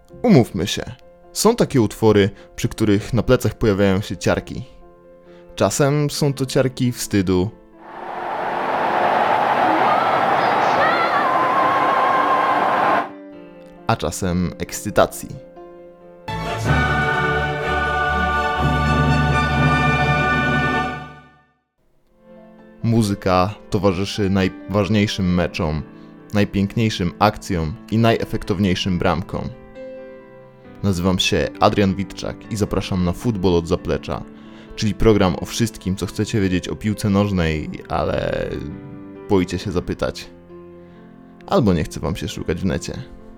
Umówmy się, są takie utwory, przy których na plecach pojawiają się ciarki. Czasem są to ciarki wstydu, a czasem ekscytacji. Muzyka towarzyszy najważniejszym meczom, najpiękniejszym akcjom i najefektowniejszym bramkom. Nazywam się Adrian Witczak i zapraszam na Futbol od zaplecza, czyli program o wszystkim, co chcecie wiedzieć o piłce nożnej, ale boicie się zapytać. Albo nie chce wam się szukać w necie.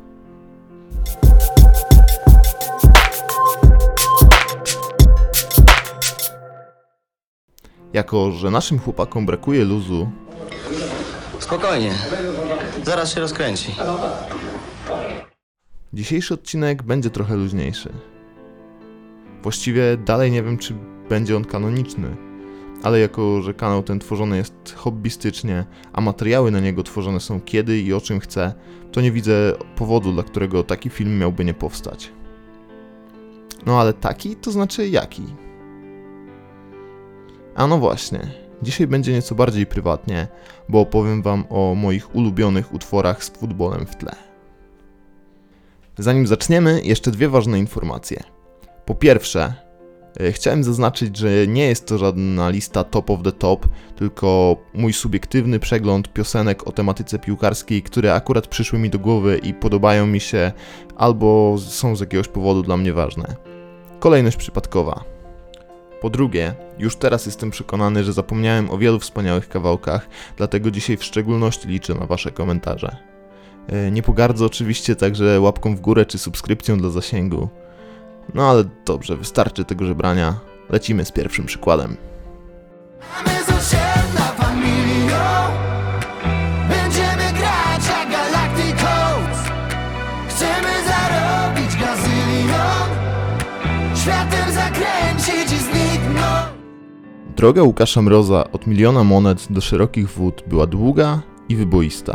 Jako że naszym chłopakom brakuje luzu, Spokojnie, zaraz się rozkręci. dzisiejszy odcinek będzie trochę luźniejszy. Właściwie dalej nie wiem, czy będzie on kanoniczny, ale jako że kanał ten tworzony jest hobbystycznie, a materiały na niego tworzone są kiedy i o czym chcę, to nie widzę powodu, dla którego taki film miałby nie powstać. No ale taki, to znaczy jaki? A no właśnie, dzisiaj będzie nieco bardziej prywatnie, bo opowiem wam o moich ulubionych utworach z futbolem w tle. Zanim zaczniemy, jeszcze dwie ważne informacje. Po pierwsze, chciałem zaznaczyć, że nie jest to żadna lista top of the top, tylko mój subiektywny przegląd piosenek o tematyce piłkarskiej, które akurat przyszły mi do głowy i podobają mi się, albo są z jakiegoś powodu dla mnie ważne. Kolejność przypadkowa. Po drugie, już teraz jestem przekonany, że zapomniałem o wielu wspaniałych kawałkach, dlatego dzisiaj w szczególności liczę na wasze komentarze. Nie pogardzę oczywiście także łapką w górę czy subskrypcją dla zasięgu. No ale dobrze, wystarczy tego żebrania. Lecimy z pierwszym przykładem. Mamy z osiedla familią, będziemy grać jak Galacticos. Chcemy zarobić gazylion, światem zakręcić i zniknąć. Droga Łukasza Mroza od miliona monet do szerokich wód była długa i wyboista.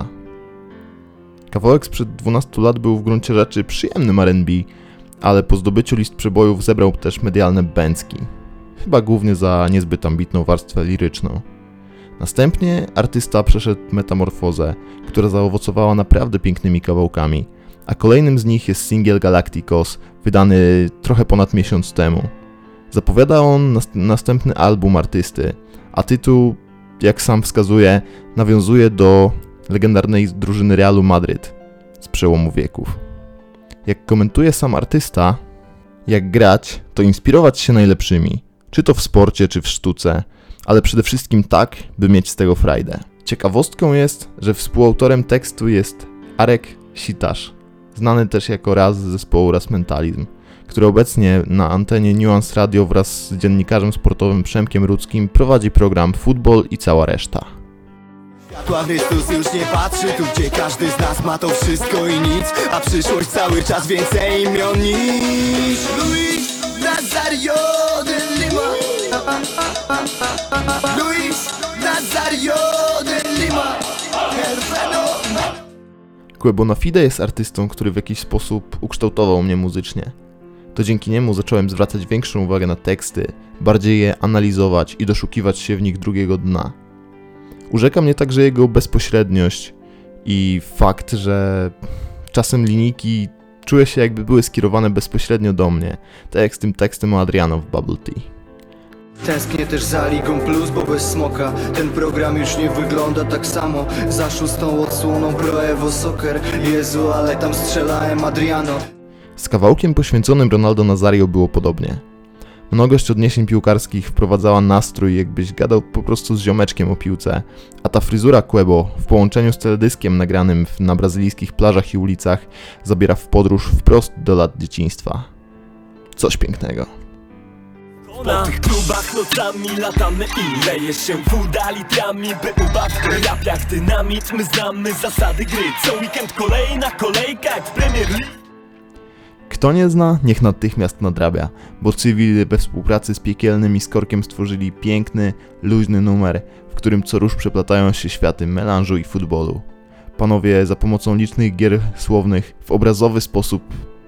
Kawałek sprzed 12 lat był w gruncie rzeczy przyjemnym R&B, ale po zdobyciu list przebojów zebrał też medialne bęcki. Chyba głównie za niezbyt ambitną warstwę liryczną. Następnie artysta przeszedł metamorfozę, która zaowocowała naprawdę pięknymi kawałkami, a kolejnym z nich jest singiel Galacticos, wydany trochę ponad miesiąc temu. Zapowiada on następny album artysty, a tytuł, jak sam wskazuje, nawiązuje do legendarnej drużyny Realu Madryt z przełomu wieków. Jak komentuje sam artysta, jak grać, to inspirować się najlepszymi, czy to w sporcie, czy w sztuce, ale przede wszystkim tak, by mieć z tego frajdę. Ciekawostką jest, że współautorem tekstu jest Arek Sitasz, znany też jako Raz z zespołu Raz Mentalizm, który obecnie na antenie Nuance Radio wraz z dziennikarzem sportowym Przemkiem Rudzkim prowadzi program Futbol i cała reszta. Światła Chrystus już nie patrzy, tu gdzie każdy z nas ma to wszystko i nic, a przyszłość cały czas więcej imion niż Luis Nazario de Lima. Luis Nazario de Lima. Quebo Bonafide jest artystą, który w jakiś sposób ukształtował mnie muzycznie. To dzięki niemu zacząłem zwracać większą uwagę na teksty, bardziej je analizować i doszukiwać się w nich drugiego dna. Urzeka mnie także jego bezpośredniość i fakt, że czasem linijki czuję się jakby były skierowane bezpośrednio do mnie, tak jak z tym tekstem o Adriano w Bubble Tea. Tęsknię też za Ligą Plus, bo bez Smoka ten program już nie wygląda tak samo. Za 6. odsłoną Pro Evo Soccer, Jezu, ale tam strzelałem Adriano. Z kawałkiem poświęconym Ronaldo Nazario było podobnie. Mnogość odniesień piłkarskich wprowadzała nastrój, jakbyś gadał po prostu z ziomeczkiem o piłce, a ta fryzura Quebo w połączeniu z teledyskiem nagranym na brazylijskich plażach i ulicach zabiera w podróż wprost do lat dzieciństwa. Coś pięknego. Po tych klubach nocami latamy i leje się woda litrami, by ubaw rap jak dynamit. My znamy zasady gry, co weekend kolejna kolejka jak w Premier League. Kto nie zna, niech natychmiast nadrabia, bo cywile we współpracy z Piekielnym i Skorkiem stworzyli piękny, luźny numer, w którym co rusz przeplatają się światy melanżu i futbolu. Panowie za pomocą licznych gier słownych w obrazowy sposób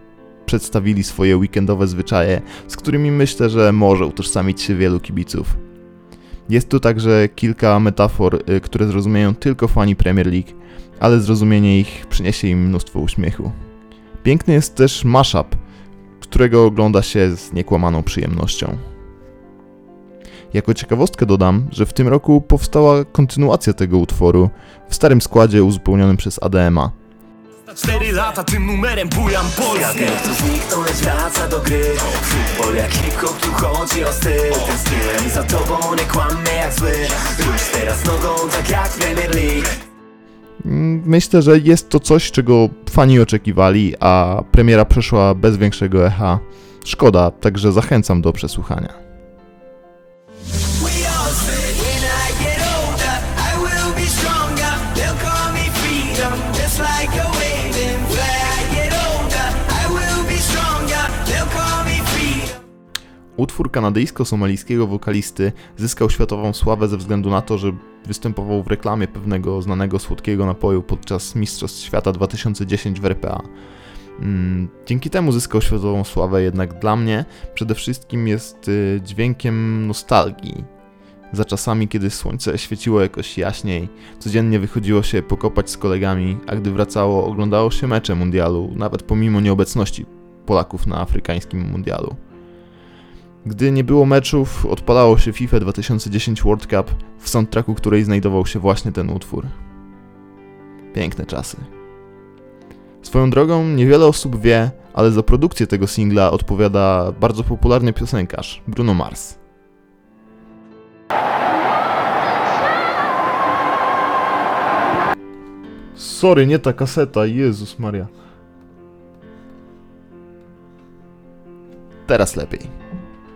przedstawili swoje weekendowe zwyczaje, z którymi myślę, że może utożsamić się wielu kibiców. Jest tu także kilka metafor, które zrozumieją tylko fani Premier League, ale zrozumienie ich przyniesie im mnóstwo uśmiechu. Piękny jest też mashup, którego ogląda się z niekłamaną przyjemnością. Jako ciekawostkę dodam, że w tym roku powstała kontynuacja tego utworu w starym składzie uzupełnionym przez ADM-a. 4 lata tym numerem bujam Polskę. Tu zniknął, lecz wraca do gry. Futbol jak hip-hop, tu chodzi o styl. Tęskniłem za tobą, nie kłamie jak zły. Rusz teraz nogą, tak jak Premier League. Myślę, że jest to coś, czego fani oczekiwali, a premiera przeszła bez większego echa. Szkoda, także zachęcam do przesłuchania. We all say when I get older, I will be stronger. They'll call me freedom, just like a waving flag. I get older, I will be stronger. They'll call me freedom. Utwór kanadyjsko-somalijskiego wokalisty zyskał światową sławę ze względu na to, że występował w reklamie pewnego znanego słodkiego napoju podczas Mistrzostw Świata 2010 w RPA. Dzięki temu zyskał światową sławę, jednak dla mnie przede wszystkim jest dźwiękiem nostalgii. Za czasami, kiedy słońce świeciło jakoś jaśniej, codziennie wychodziło się pokopać z kolegami, a gdy wracało, oglądało się mecze mundialu, nawet pomimo nieobecności Polaków na afrykańskim mundialu. Gdy nie było meczów, odpalało się FIFA 2010 World Cup, w soundtracku której znajdował się właśnie ten utwór. Piękne czasy. Swoją drogą niewiele osób wie, ale za produkcję tego singla odpowiada bardzo popularny piosenkarz Bruno Mars. Sorry, nie ta kaseta, Jezus Maria. Teraz lepiej.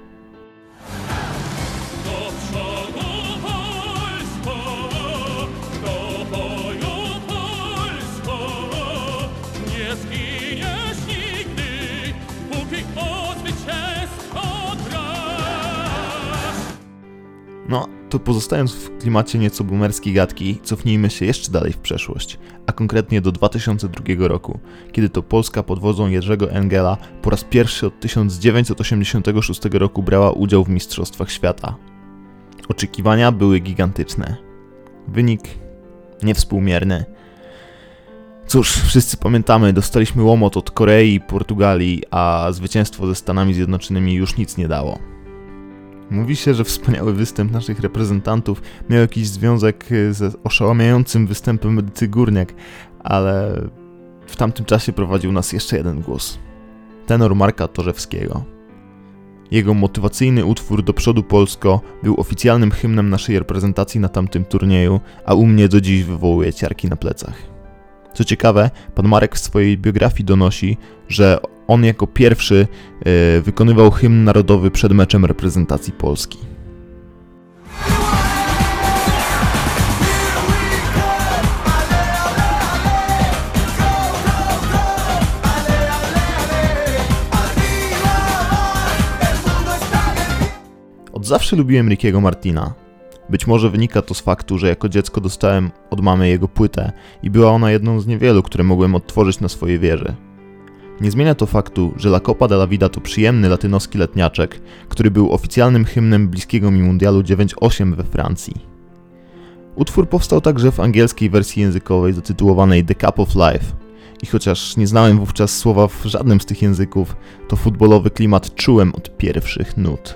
No, to pozostając w klimacie nieco boomerskiej gadki, cofnijmy się jeszcze dalej w przeszłość, a konkretnie do 2002 roku, kiedy to Polska pod wodzą Jerzego Engela po raz pierwszy od 1986 roku brała udział w Mistrzostwach Świata. Oczekiwania były gigantyczne. Wynik niewspółmierny. Cóż, wszyscy pamiętamy, dostaliśmy łomot od Korei i Portugalii, a zwycięstwo ze Stanami Zjednoczonymi już nic nie dało. Mówi się, że wspaniały występ naszych reprezentantów miał jakiś związek ze oszałamiającym występem Edyty Górniak, ale w tamtym czasie prowadził nas jeszcze jeden głos. Tenor Marka Torzewskiego. Jego motywacyjny utwór Do przodu Polsko był oficjalnym hymnem naszej reprezentacji na tamtym turnieju, a u mnie do dziś wywołuje ciarki na plecach. Co ciekawe, pan Marek w swojej biografii donosi, że on jako pierwszy wykonywał hymn narodowy przed meczem reprezentacji Polski. Od zawsze lubiłem Rickiego Martina. Być może wynika to z faktu, że jako dziecko dostałem od mamy jego płytę i była ona jedną z niewielu, które mogłem odtworzyć na swojej wieży. Nie zmienia to faktu, że La Copa de la Vida to przyjemny latynoski letniaczek, który był oficjalnym hymnem bliskiego mi mundialu 9-8 we Francji. Utwór powstał także w angielskiej wersji językowej zatytułowanej The Cup of Life i chociaż nie znałem wówczas słowa w żadnym z tych języków, to futbolowy klimat czułem od pierwszych nut.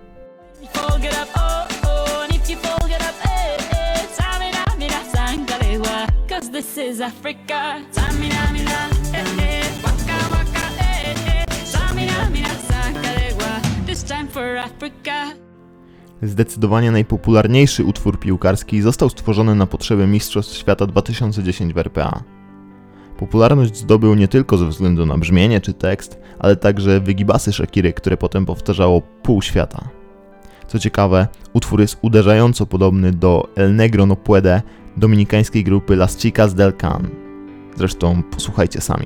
This is Africa. Samina mina, waka waka, samina mina, sakalegua. This time for Africa. Zdecydowanie najpopularniejszy utwór piłkarski został stworzony na potrzeby Mistrzostw Świata 2010 w RPA. Popularność zdobył nie tylko ze względu na brzmienie czy tekst, ale także wygibasy Shakiry, które potem powtarzało pół świata. Co ciekawe, utwór jest uderzająco podobny do El Negro no Puede dominikańskiej grupy Las Chicas del Can. Zresztą posłuchajcie sami.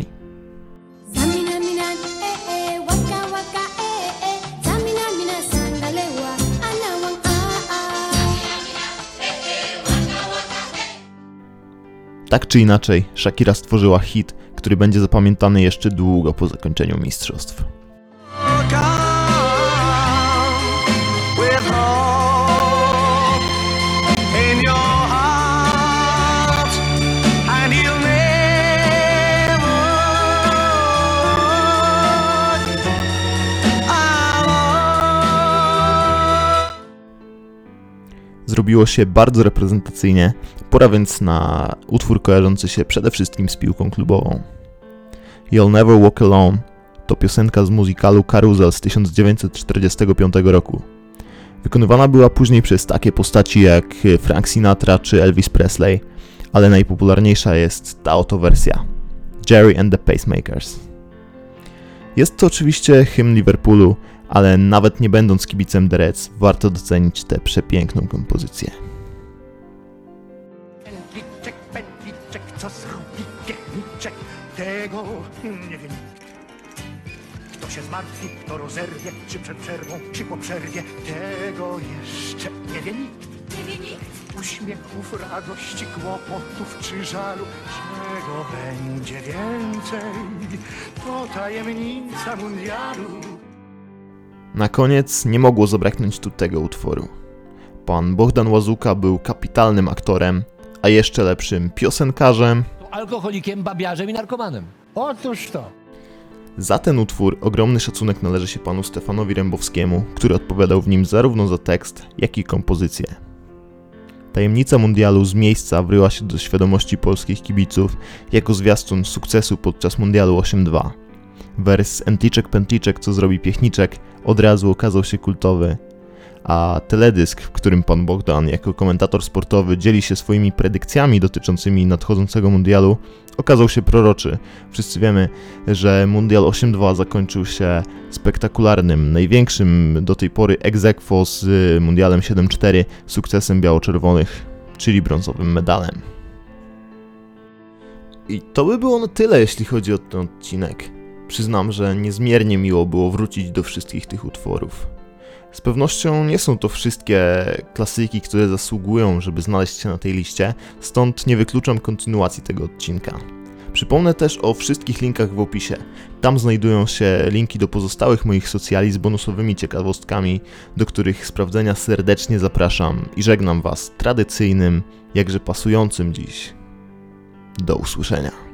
Tak czy inaczej, Shakira stworzyła hit, który będzie zapamiętany jeszcze długo po zakończeniu mistrzostw. With hope in your heart, and you'll never Zrobiło się bardzo reprezentacyjnie, pora więc na utwór kojarzący się przede wszystkim z piłką klubową. You'll Never Walk Alone to piosenka z musicalu Carousel z 1945 roku. Wykonywana była później przez takie postaci jak Frank Sinatra czy Elvis Presley, ale najpopularniejsza jest ta oto wersja, Jerry and the Pacemakers. Jest to oczywiście hymn Liverpoolu, ale nawet nie będąc kibicem The Reds, warto docenić tę przepiękną kompozycję. Pętliczek, co zrobi piechniczek, tego nie wie nikt. Kto się zmartwi, kto rozerwie, czy przed przerwą, czy po przerwie, tego jeszcze nie wie nikt. Uśmiechów, radości, kłopotów czy żalu, czego będzie więcej, to tajemnica mundialu. Na koniec nie mogło zabraknąć tu tego utworu. Pan Bohdan Łazuka był kapitalnym aktorem, a jeszcze lepszym piosenkarzem. Alkoholikiem, babiarzem i narkomanem. Otóż to. Za ten utwór ogromny szacunek należy się panu Stefanowi Rembowskiemu, który odpowiadał w nim zarówno za tekst, jak i kompozycję. Tajemnica mundialu z miejsca wryła się do świadomości polskich kibiców jako zwiastun sukcesu podczas mundialu 8-2. Wers Entliczek Pętliczek, co zrobi piechniczek, od razu okazał się kultowy, a teledysk, w którym pan Bogdan jako komentator sportowy dzieli się swoimi predykcjami dotyczącymi nadchodzącego mundialu, okazał się proroczy. Wszyscy wiemy, że mundial 8-2 zakończył się spektakularnym, największym do tej pory ex aequo z mundialem 7-4 sukcesem biało-czerwonych, czyli brązowym medalem. I to by było na tyle, jeśli chodzi o ten odcinek. Przyznam, że niezmiernie miło było wrócić do wszystkich tych utworów. Z pewnością nie są to wszystkie klasyki, które zasługują, żeby znaleźć się na tej liście, stąd nie wykluczam kontynuacji tego odcinka. Przypomnę też o wszystkich linkach w opisie. Tam znajdują się linki do pozostałych moich socjali z bonusowymi ciekawostkami, do których sprawdzenia serdecznie zapraszam i żegnam Was tradycyjnym, jakże pasującym dziś. Do usłyszenia.